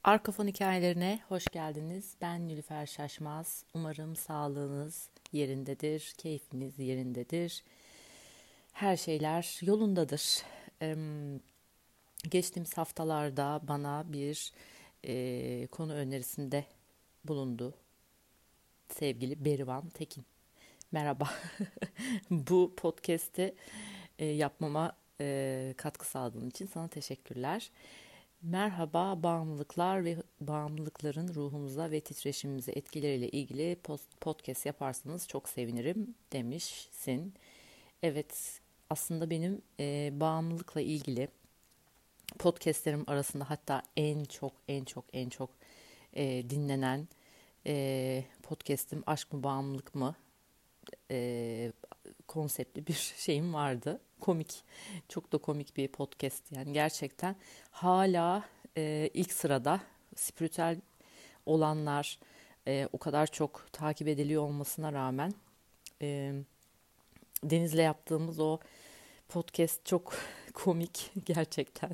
Arka hikayelerine hoş geldiniz. Ben Nilüfer Şaşmaz. Umarım sağlığınız yerindedir, keyfiniz yerindedir. Her şeyler yolundadır. Geçtiğimiz haftalarda bana bir konu önerisinde bulundu sevgili Berivan Tekin. Merhaba. Bu podcast'i yapmama katkı sağladığın için sana teşekkürler. Merhaba, bağımlılıklar ve bağımlılıkların ruhumuza ve titreşimimize etkileriyle ilgili podcast yaparsanız çok sevinirim demişsin. Evet, aslında benim bağımlılıkla ilgili podcastlerim arasında hatta en çok dinlenen podcast'im Aşk mı Bağımlılık mı konseptli bir şeyim vardı. Komik, çok da komik bir podcast yani gerçekten hala ilk sırada spiritüel olanlar o kadar çok takip ediliyor olmasına rağmen Deniz'le yaptığımız o podcast çok komik gerçekten.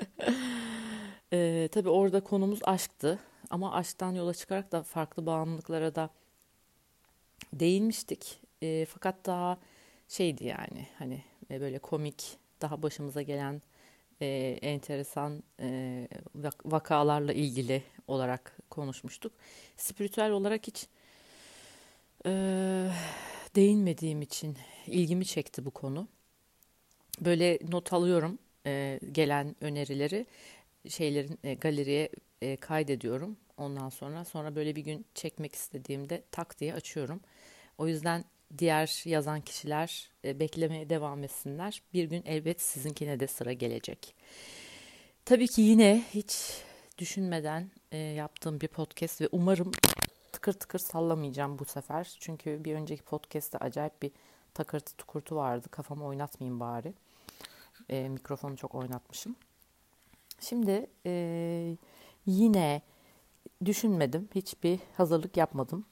Tabii orada konumuz aşktı ama aşktan yola çıkarak da farklı bağımlılıklara da değinmiştik. Fakat daha şeydi yani hani böyle komik daha başımıza gelen enteresan vakalarla ilgili olarak konuşmuştuk. Spiritüel olarak hiç e, değinmediğim için ilgimi çekti bu konu. Böyle not alıyorum gelen önerileri şeylerin galeriye kaydediyorum. Ondan sonra böyle bir gün çekmek istediğimde tak diye açıyorum. O yüzden diğer yazan kişiler beklemeye devam etsinler. Bir gün elbet sizinkine de sıra gelecek. Tabii ki yine hiç düşünmeden yaptığım bir podcast ve umarım tıkır tıkır sallamayacağım bu sefer. Çünkü bir önceki podcast'te acayip bir takırtı tukurtu vardı. Kafamı oynatmayayım bari. Mikrofonu çok oynatmışım. Şimdi yine düşünmedim. Hiçbir hazırlık yapmadım.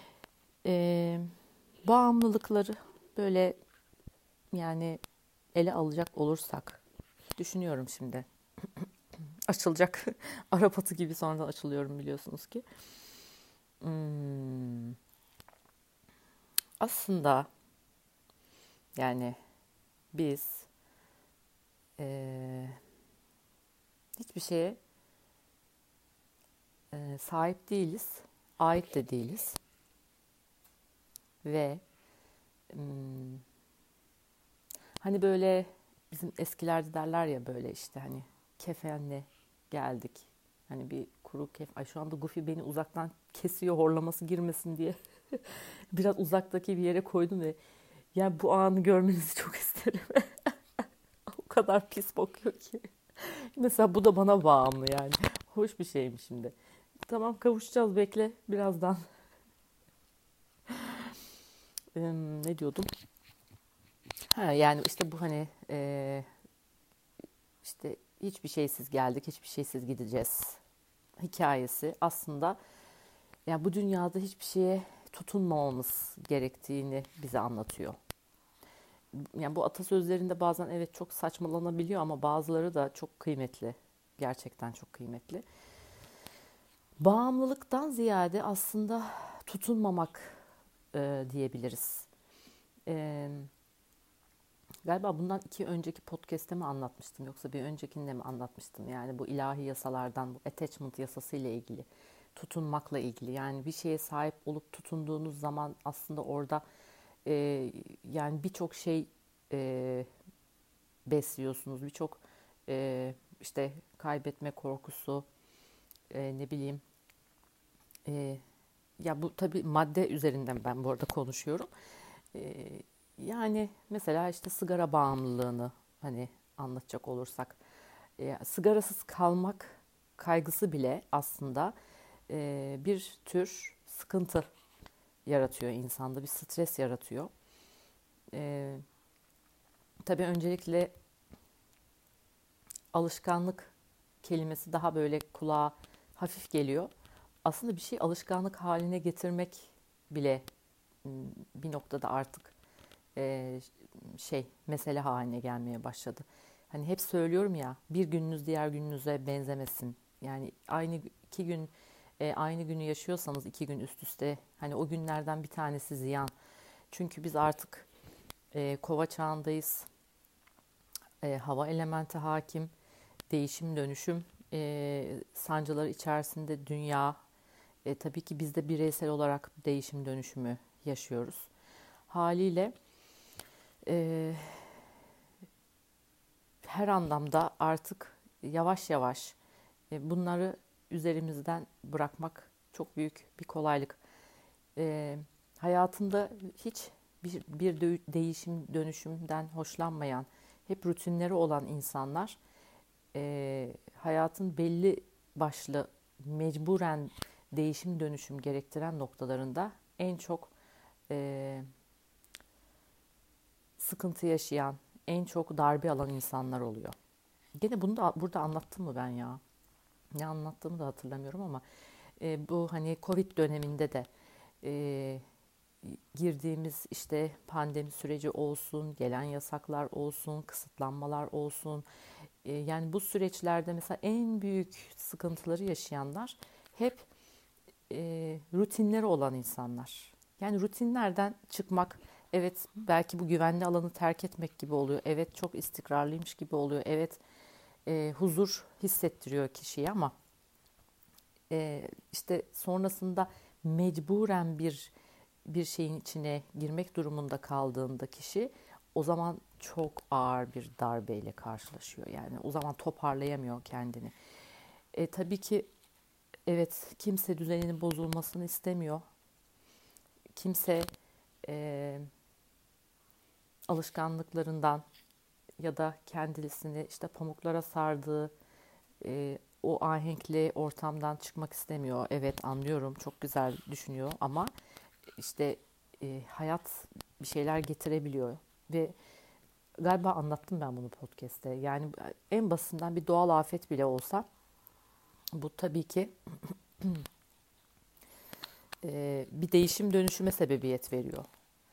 Bağımlılıkları böyle yani ele alacak olursak düşünüyorum şimdi. Açılacak Arap atı gibi sonradan açılıyorum biliyorsunuz ki. Aslında yani biz hiçbir şeye sahip değiliz, ait de değiliz ve hani böyle bizim eskilerde derler ya böyle işte hani kefenle geldik. Hani bir kuru Ay şu anda Goofy beni uzaktan kesiyor horlaması girmesin diye. Biraz uzaktaki bir yere koydum ve yani bu anı görmenizi çok isterim. O kadar pis bakıyor ki. Mesela bu da bana bağımlı yani. Hoş bir şeymiş şimdi. Tamam kavuşacağız bekle birazdan. Ne diyordum? Yani işte bu hani işte hiçbir şeysiz geldik, hiçbir şeysiz gideceğiz hikayesi aslında ya bu dünyada hiçbir şeye tutunmamamız gerektiğini bize anlatıyor. Yani bu atasözlerinde bazen evet çok saçmalanabiliyor ama bazıları da çok kıymetli. Gerçekten çok kıymetli. Bağımlılıktan ziyade aslında tutunmamak diyebiliriz. E, Galiba bundan 2 önceki podcast'te mi anlatmıştım yoksa bir öncekinde mi anlatmıştım? Yani bu ilahi yasalardan bu attachment yasası ile ilgili, tutunmakla ilgili. Yani bir şeye sahip olup tutunduğunuz zaman aslında orada e, yani birçok şey e, besliyorsunuz. Birçok işte kaybetme korkusu, ne bileyim. E, Ya bu tabii madde üzerinden ben bu arada konuşuyorum. E, Yani mesela işte sigara bağımlılığını hani anlatacak olursak sigarasız kalmak kaygısı bile aslında bir tür sıkıntı yaratıyor insanda, bir stres yaratıyor. E, tabii öncelikle alışkanlık kelimesi daha böyle kulağa hafif geliyor. Aslında bir şey alışkanlık haline getirmek bile bir noktada artık mesele haline gelmeye başladı. Hani hep söylüyorum ya bir gününüz diğer gününüze benzemesin. Yani aynı 2 gün aynı günü yaşıyorsanız 2 gün üst üste hani o günlerden bir tanesi ziyan. Çünkü biz artık kova çağındayız. Hava elementi hakim, değişim dönüşüm sancıları içerisinde dünya. Tabii ki biz de bireysel olarak değişim dönüşümü yaşıyoruz. Haliyle e, her anlamda artık yavaş yavaş bunları üzerimizden bırakmak çok büyük bir kolaylık. Hayatında hiç bir değişim dönüşümden hoşlanmayan, hep rutinleri olan insanlar hayatın belli başlı mecburen değişim dönüşüm gerektiren noktalarında en çok e, sıkıntı yaşayan, en çok darbe alan insanlar oluyor. Gene bunu da burada anlattım mı ben ya? Ne anlattığımı da hatırlamıyorum ama bu hani Covid döneminde de e, girdiğimiz işte pandemi süreci olsun, gelen yasaklar olsun, kısıtlanmalar olsun. Yani bu süreçlerde mesela en büyük sıkıntıları yaşayanlar hep rutinleri olan insanlar. Yani rutinlerden çıkmak, evet belki bu güvenli alanı terk etmek gibi oluyor. Evet çok istikrarlıymış gibi oluyor. Evet huzur hissettiriyor kişiye ama işte sonrasında mecburen bir şeyin içine girmek durumunda kaldığında kişi o zaman çok ağır bir darbeyle karşılaşıyor. Yani o zaman toparlayamıyor kendini. Tabii ki evet kimse düzeninin bozulmasını istemiyor. Kimse e, alışkanlıklarından ya da kendisini işte pamuklara sardığı o ahenkli ortamdan çıkmak istemiyor. Evet anlıyorum çok güzel düşünüyor ama işte hayat bir şeyler getirebiliyor ve galiba anlattım ben bunu podcast'te. Yani en basitinden bir doğal afet bile olsa bu tabii ki bir değişim dönüşüme sebebiyet veriyor.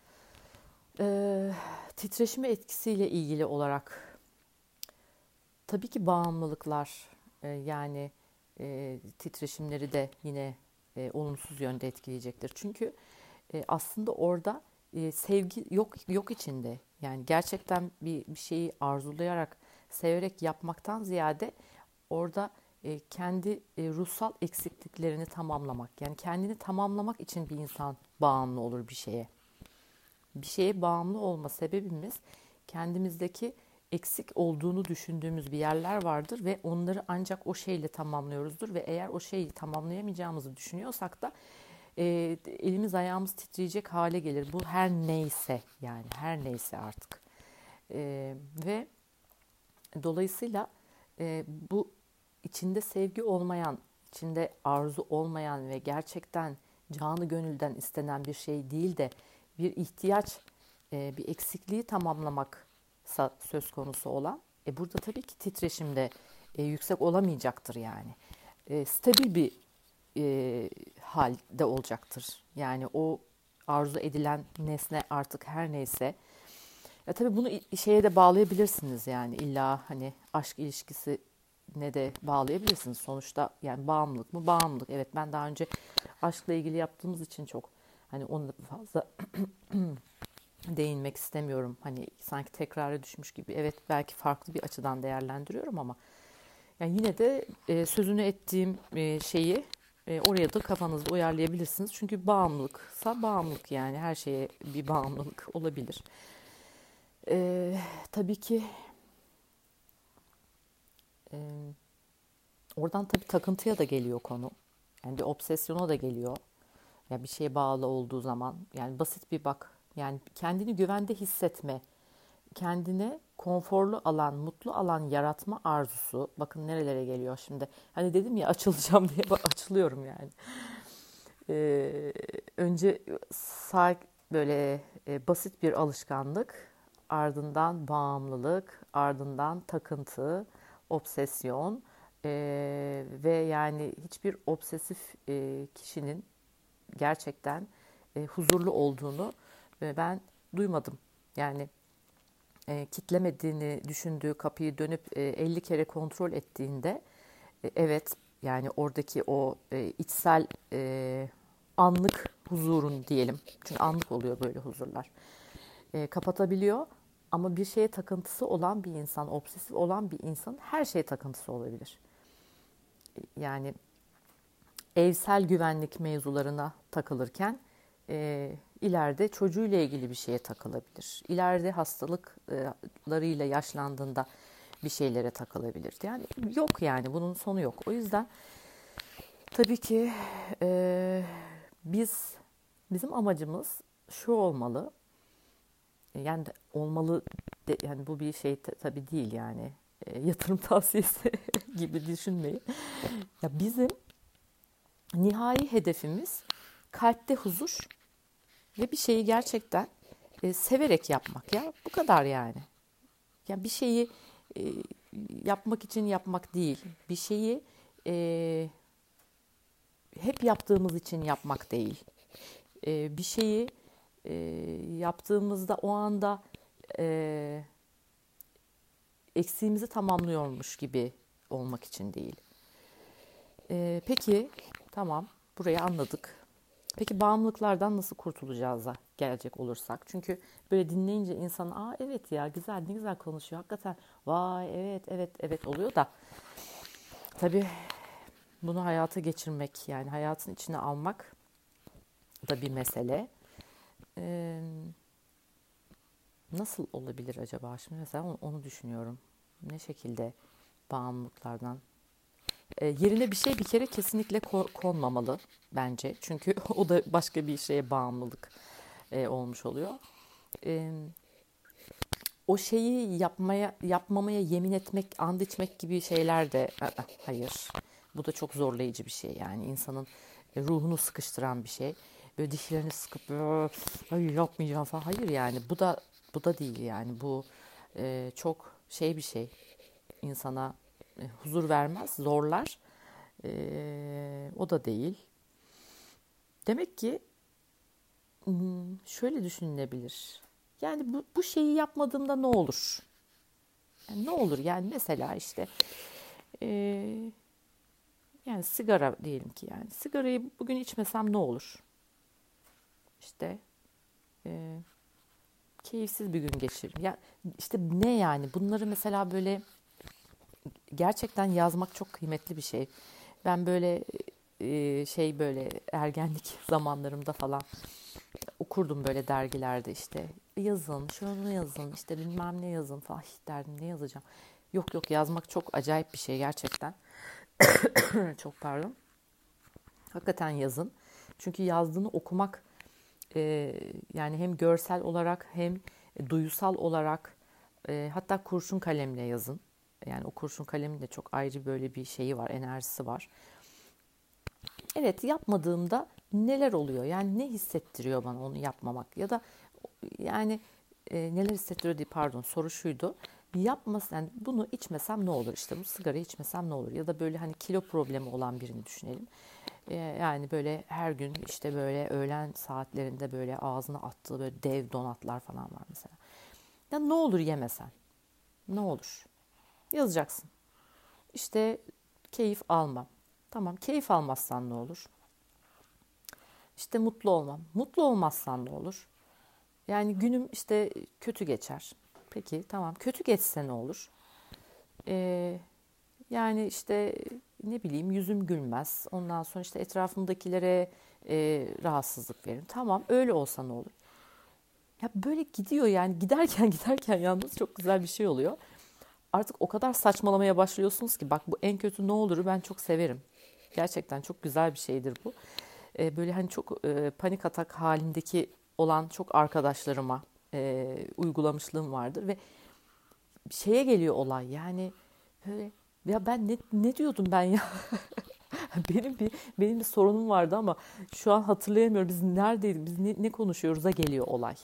Titreşime etkisiyle ilgili olarak tabii ki bağımlılıklar yani titreşimleri de yine olumsuz yönde etkileyecektir. Çünkü aslında orada sevgi yok içinde. Yani gerçekten bir şeyi arzulayarak, severek yapmaktan ziyade orada kendi ruhsal eksikliklerini tamamlamak. Yani kendini tamamlamak için bir insan bağımlı olur bir şeye. Bir şeye bağımlı olma sebebimiz kendimizdeki eksik olduğunu düşündüğümüz bir yerler vardır ve onları ancak o şeyle tamamlıyoruzdur ve eğer o şeyi tamamlayamayacağımızı düşünüyorsak da elimiz ayağımız titreyecek hale gelir. Bu her neyse yani her neyse artık. Ve dolayısıyla bu içinde sevgi olmayan, içinde arzu olmayan ve gerçekten canı gönülden istenen bir şey değil de bir ihtiyaç, bir eksikliği tamamlamak söz konusu olan. Burada tabii ki titreşimde yüksek olamayacaktır yani. Stabil bir halde olacaktır. Yani o arzu edilen nesne artık her neyse. Ya tabii bunu şeye de bağlayabilirsiniz yani illa hani aşk ilişkisi ne de bağlayabilirsiniz. Sonuçta yani bağımlılık mı? Bağımlılık. Evet ben daha önce aşkla ilgili yaptığımız için çok hani onu da fazla değinmek istemiyorum. Hani sanki tekrara düşmüş gibi. Evet belki farklı bir açıdan değerlendiriyorum ama yani yine de sözünü ettiğim şeyi oraya da kafanızda uyarlayabilirsiniz. Çünkü bağımlılıksa bağımlılık yani her şeye bir bağımlılık olabilir. Tabii ki e, oradan tabii takıntıya da geliyor konu. Yani bir obsesyona da geliyor. Ya bir şeye bağlı olduğu zaman yani basit bir bak yani kendini güvende hissetme, kendine konforlu alan, mutlu alan yaratma arzusu. Bakın nerelere geliyor şimdi. Hani dedim ya açılacağım diye bak açılıyorum yani. Önce böyle basit bir alışkanlık, ardından bağımlılık, ardından takıntı, obsesyon ve yani hiçbir obsesif kişinin gerçekten huzurlu olduğunu ben duymadım. Yani kitlemediğini düşündüğü kapıyı dönüp 50 kere kontrol ettiğinde evet Yani oradaki o içsel anlık huzurun diyelim. Çünkü anlık oluyor böyle huzurlar. Kapatabiliyor. Ama bir şeye takıntısı olan bir insan, obsesif olan bir insan her şeye takıntısı olabilir. Yani evsel güvenlik mevzularına takılırken ileride çocuğuyla ilgili bir şeye takılabilir. İleride hastalıklarıyla yaşlandığında bir şeylere takılabilir. Yani yok, yani bunun sonu yok. O yüzden tabii ki bizim amacımız şu olmalı. Yani olmalı yani bu bir şey tabii değil yani. Yatırım tavsiyesi gibi düşünmeyin. Ya bizim nihai hedefimiz kalpte huzur ve bir şeyi gerçekten severek yapmak ya. Bu kadar yani. Yani bir şeyi e, yapmak için yapmak değil. Bir şeyi hep yaptığımız için yapmak değil. Bir şeyi yaptığımızda o anda e, eksiğimizi tamamlıyormuş gibi olmak için değil. Peki, tamam, burayı anladık. Peki bağımlılıklardan nasıl kurtulacağıza gelecek olursak. Çünkü böyle dinleyince insan evet ya güzel, ne güzel konuşuyor hakikaten. Vay, evet evet evet oluyor da. Tabii bunu hayata geçirmek, yani hayatın içine almak da bir mesele. Ee, Nasıl olabilir acaba? Şimdi mesela onu düşünüyorum. Ne şekilde bağımlılıklardan? Yerine bir şey bir kere kesinlikle konmamalı bence. Çünkü o da başka bir şeye bağımlılık olmuş oluyor. E, O şeyi yapmamaya yemin etmek, and içmek gibi şeyler de hayır. Bu da çok zorlayıcı bir şey yani insanın ruhunu sıkıştıran bir şey. Böyle dişlerini sıkıp hayır yapmayacağım falan. Hayır yani bu da değil yani bu çok şey bir şey. İnsana huzur vermez, zorlar. O da değil. Demek ki şöyle düşünülebilir. Yani bu şeyi yapmadığımda ne olur? Yani ne olur? Yani mesela işte e, yani sigara diyelim ki, yani sigarayı bugün içmesem ne olur? İşte e, keyifsiz bir gün geçiririm. Ya işte ne yani? Bunları mesela böyle gerçekten yazmak çok kıymetli bir şey. Ben böyle böyle ergenlik zamanlarımda falan okurdum böyle dergilerde, işte yazın, şunu yazın, işte bilmem ne yazın falan. Hiç derdim, ne yazacağım? Yok yok, yazmak çok acayip bir şey gerçekten. Çok pardon. Hakikaten yazın. Çünkü yazdığını okumak yani hem görsel olarak hem duyusal olarak, hatta kurşun kalemle yazın. Yani o kurşun kalemin de çok ayrı böyle bir şeyi var, enerjisi var. Evet, yapmadığımda neler oluyor? Yani ne hissettiriyor bana onu yapmamak? Ya da yani neler hissettiriyor diye, pardon, soru şuydu. Yapmasam, yani bunu içmesem ne olur? İşte bu sigarayı içmesem ne olur? Ya da böyle hani kilo problemi olan birini düşünelim. Yani böyle her gün işte böyle öğlen saatlerinde böyle ağzına attığı böyle dev donatlar falan var mesela. Ya ne olur yemesen? Ne olur? Yazacaksın. İşte keyif almam. Tamam, keyif almazsan ne olur? İşte mutlu olmam. Mutlu olmazsan ne olur? Yani günüm işte kötü geçer. Peki tamam, kötü geçse ne olur? Ee, Yani işte ne bileyim, yüzüm gülmez. Ondan sonra işte etrafımdakilere rahatsızlık veririm. Tamam, öyle olsa ne olur? Ya böyle gidiyor yani, giderken giderken yalnız çok güzel bir şey oluyor. Artık o kadar saçmalamaya başlıyorsunuz ki, bak bu en kötü ne olur'u ben çok severim. Gerçekten çok güzel bir şeydir bu. Böyle hani çok panik atak halindeki olan çok arkadaşlarıma uygulamışlığım vardır ve şeye geliyor olay yani, böyle ya ben ne diyordum ben ya. benim bir sorunum vardı ama şu an hatırlayamıyorum, biz neredeydik, biz ne konuşuyoruz'a geliyor olay.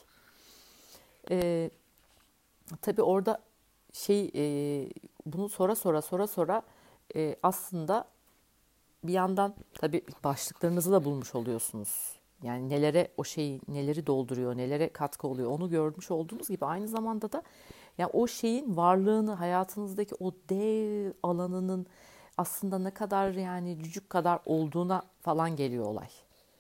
Ee, tabii orada şey bunu sonra aslında bir yandan tabii başlıklarınızı da bulmuş oluyorsunuz. Yani nelere o şeyi, neleri dolduruyor, nelere katkı oluyor onu görmüş olduğunuz gibi, aynı zamanda da yani o şeyin varlığını, hayatınızdaki o dev alanının aslında ne kadar yani cücük kadar olduğuna falan geliyor olay.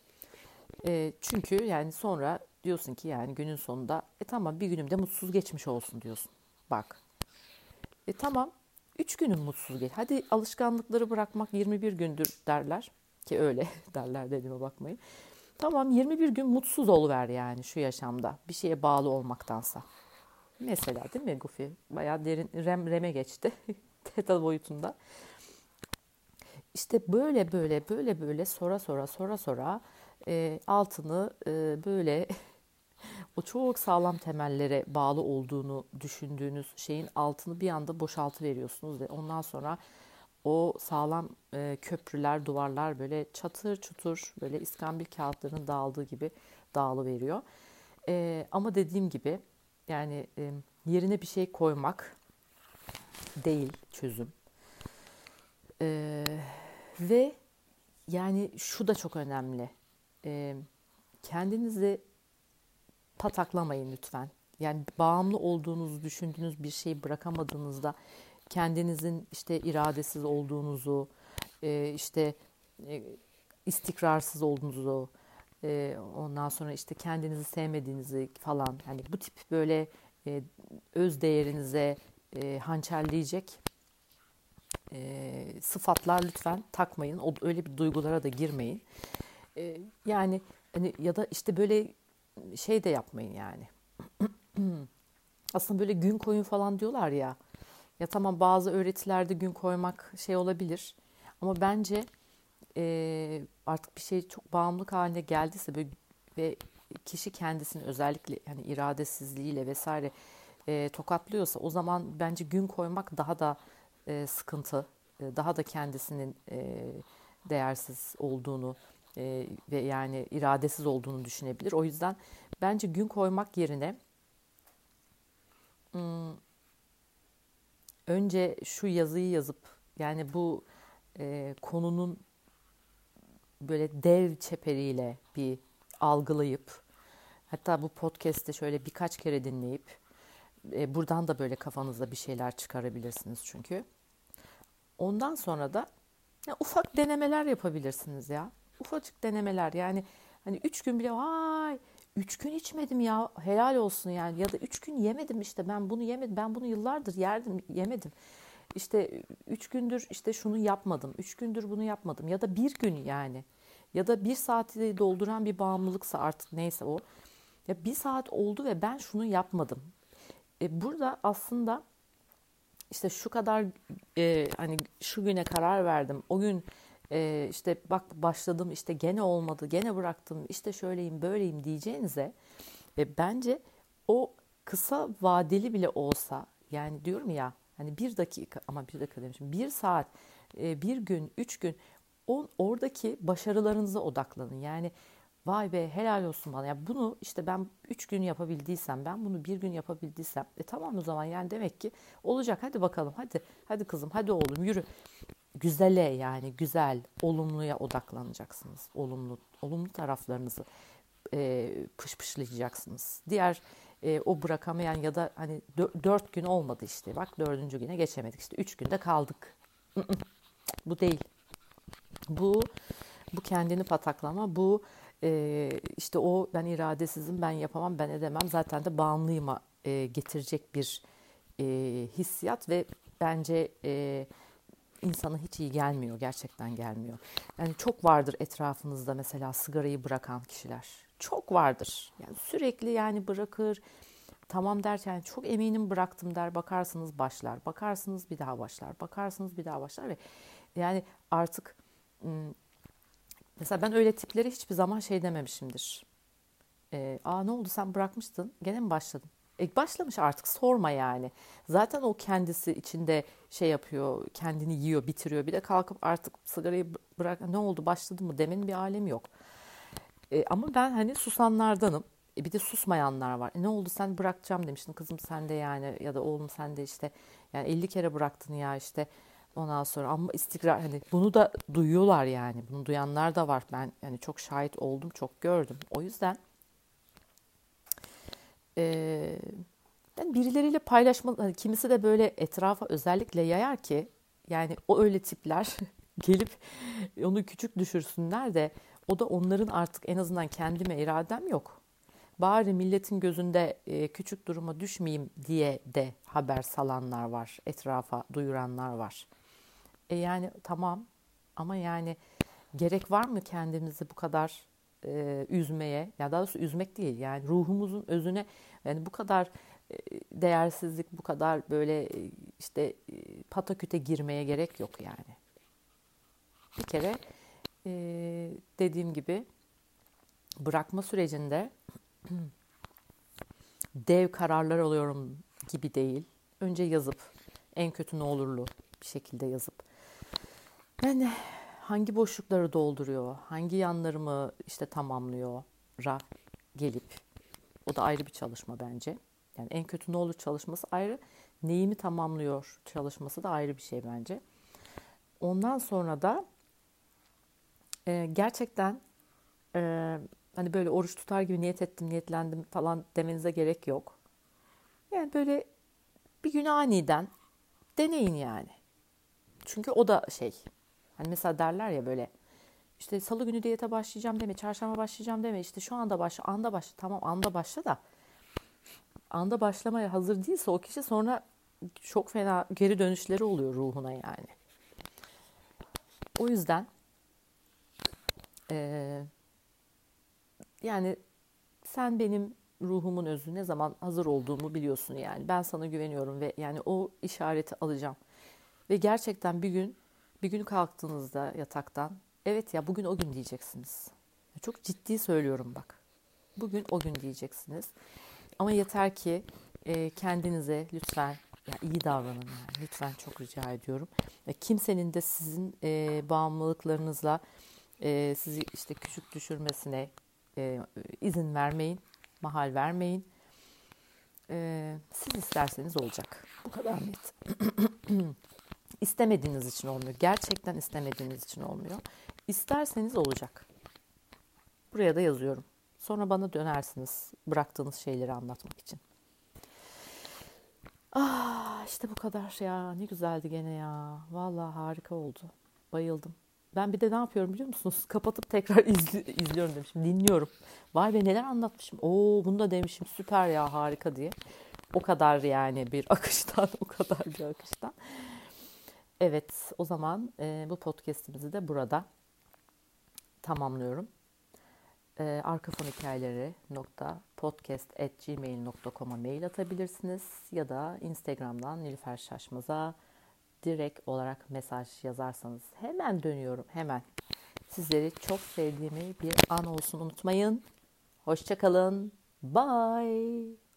Çünkü yani sonra diyorsun ki yani günün sonunda tamam bir günüm de mutsuz geçmiş olsun diyorsun. Bak. Tamam 3 günüm mutsuz geç. Hadi alışkanlıkları bırakmak 21 gündür derler. Ki öyle derler dediğime bakmayın. Tamam 21 gün mutsuz oluver yani şu yaşamda. Bir şeye bağlı olmaktansa. Mesela değil mi Gufi? Bayağı derin reme geçti. Teta boyutunda. İşte böyle sonra altını böyle o çok sağlam temellere bağlı olduğunu düşündüğünüz şeyin altını bir anda boşaltı veriyorsunuz ve ondan sonra o sağlam köprüler, duvarlar böyle çatır çutur böyle iskambil kağıtlarının dağıldığı gibi dağılıveriyor. Ama dediğim gibi yani yerine bir şey koymak değil çözüm. E, Ve yani şu da çok önemli. Kendinizi pataklamayın lütfen. Yani bağımlı olduğunuzu düşündüğünüz bir şeyi bırakamadığınızda kendinizin işte iradesiz olduğunuzu, işte istikrarsız olduğunuzu, ondan sonra işte kendinizi sevmediğinizi falan hani bu tip böyle öz değerinize hançerleyecek sıfatlar lütfen takmayın. Öyle bir duygulara da girmeyin. Yani hani ya da işte böyle şey de yapmayın yani. Aslında böyle gün koyun falan diyorlar ya. Ya tamam bazı öğretilerde gün koymak şey olabilir. Ama bence artık bir şey çok bağımlılık haline geldiyse böyle, ve kişi kendisini özellikle hani iradesizliğiyle vesaire tokatlıyorsa o zaman bence gün koymak daha da sıkıntı. Daha da kendisinin değersiz olduğunu ve yani iradesiz olduğunu düşünebilir. O yüzden bence gün koymak yerine önce şu yazıyı yazıp yani bu konunun böyle dev çeperiyle bir algılayıp hatta bu podcast'te şöyle birkaç kere dinleyip buradan da böyle kafanızda bir şeyler çıkarabilirsiniz çünkü. Ondan sonra da ya ufak denemeler yapabilirsiniz ya. Ufacık denemeler yani hani 3 gün bile vay 3 gün içmedim ya helal olsun yani ya da 3 gün yemedim işte ben bunu yemedim ben bunu yıllardır yerdim yemedim. İşte 3 gündür işte şunu yapmadım 3 gündür bunu yapmadım ya da bir gün yani ya da bir saati dolduran bir bağımlılıksa artık neyse o ya bir saat oldu ve ben şunu yapmadım. Burada aslında işte şu kadar hani şu güne karar verdim. O gün işte bak başladım işte gene olmadı, gene bıraktım. İşte şöyleyim, böyleyim diyeceğinize bence o kısa vadeli bile olsa yani diyorum ya hani bir dakika ama bir dakika demişim. Bir saat, bir gün, 3 gün oradaki başarılarınıza odaklanın. Yani vay be helal olsun bana. Ya bunu işte ben 3 gün yapabildiysem, ben bunu bir gün yapabildiysem, tamam o zaman yani demek ki olacak. Hadi bakalım, hadi kızım, hadi oğlum yürü. Güzele yani güzel, olumluya odaklanacaksınız. Olumlu taraflarınızı pışpışlayacaksınız. Diğer o bırakamayan ya da hani 4 gün olmadı işte. Bak 4. güne geçemedik işte 3 günde kaldık. Bu değil. Bu bu kendini pataklama, bu işte o ben iradesizim, ben yapamam, ben edemem, zaten de bağımlıyıma getirecek bir hissiyat ve bence insana hiç iyi gelmiyor, gerçekten gelmiyor. Yani çok vardır etrafınızda mesela sigarayı bırakan kişiler. Çok vardır. Yani sürekli yani bırakır, tamam derken çok eminim bıraktım der, bakarsınız başlar, bakarsınız bir daha başlar, bakarsınız bir daha başlar ve yani artık mesela ben öyle tiplere hiçbir zaman şey dememişimdir. Ne oldu sen bırakmıştın gene mi başladın? Başlamış artık sorma yani. Zaten o kendisi içinde şey yapıyor, kendini yiyor, bitiriyor. Bir de kalkıp artık sigarayı bırak ne oldu başladı mı demenin bir alemi yok. Ama ben hani susanlardanım. Bir de susmayanlar var. Ne oldu sen bırakacağım demiştin kızım sen de yani ya da oğlum sen de işte yani 50 kere bıraktın ya işte ondan sonra ama istikrar hani bunu da duyuyorlar yani. Bunu duyanlar da var. Ben yani çok şahit oldum, çok gördüm. O yüzden yani birileriyle paylaşmalı. Hani kimisi de böyle etrafa özellikle yayar ki yani o öyle tipler gelip onu küçük düşürsünler de o da onların artık en azından kendime iradem yok. Bari milletin gözünde küçük duruma düşmeyeyim diye de haber salanlar var, etrafa duyuranlar var. Yani tamam ama yani gerek var mı kendimizi bu kadar üzmeye? Ya daha doğrusu üzmek değil yani ruhumuzun özüne yani bu kadar değersizlik, bu kadar böyle işte pataküte girmeye gerek yok yani. Bir kere dediğim gibi bırakma sürecinde dev kararlar alıyorum gibi değil. Önce yazıp en kötü ne olurlu bir şekilde yazıp yani hangi boşlukları dolduruyor, hangi yanlarımı işte tamamlıyor ra gelip o da ayrı bir çalışma bence. Yani en kötü ne olur çalışması ayrı, neyimi tamamlıyor çalışması da ayrı bir şey bence. Ondan sonra da gerçekten hani böyle oruç tutar gibi niyet ettim, niyetlendim falan demenize gerek yok. Yani böyle bir gün aniden deneyin yani. Çünkü o da şey. Hani mesela derler ya böyle işte salı günü diyete başlayacağım deme, çarşamba başlayacağım deme. İşte şu anda başla, anda başla. Tamam anda başla da anda başlamaya hazır değilse o kişi sonra çok fena geri dönüşleri oluyor ruhuna yani. O yüzden yani sen benim ruhumun özü ne zaman hazır olduğumu biliyorsun yani. Ben sana güveniyorum ve yani o işareti alacağım. Ve gerçekten bir gün kalktığınızda yataktan evet ya bugün o gün diyeceksiniz. Çok ciddi söylüyorum bak. Bugün o gün diyeceksiniz. Ama yeter ki kendinize lütfen ya iyi davranın yani. Lütfen çok rica ediyorum. Kimsenin de sizin bağımlılıklarınızla sizi işte küçük düşürmesine izin vermeyin. Mahal vermeyin. Siz isterseniz olacak. Bu kadar net. İstemediğiniz için olmuyor. Gerçekten istemediğiniz için olmuyor. İsterseniz olacak. Buraya da yazıyorum. Sonra bana dönersiniz bıraktığınız şeyleri anlatmak için. İşte bu kadar ya. Ne güzeldi gene ya. Vallahi harika oldu. Bayıldım. Ben bir de ne yapıyorum biliyor musunuz? Kapatıp tekrar izliyorum demişim. Dinliyorum. Vay be neler anlatmışım. Oo bunu da demişim. Süper ya harika diye. O kadar yani bir akıştan, o kadar bir akıştan. Evet, o zaman bu podcast'imizi de burada tamamlıyorum. arkafonhikayeleri.podcast@gmail.com'a mail atabilirsiniz ya da Instagram'dan Nilüfer Şaşmaz'a direkt olarak mesaj yazarsanız hemen dönüyorum, hemen. Sizleri çok sevdiğimi bir an olsun unutmayın. Hoşça kalın. Bye.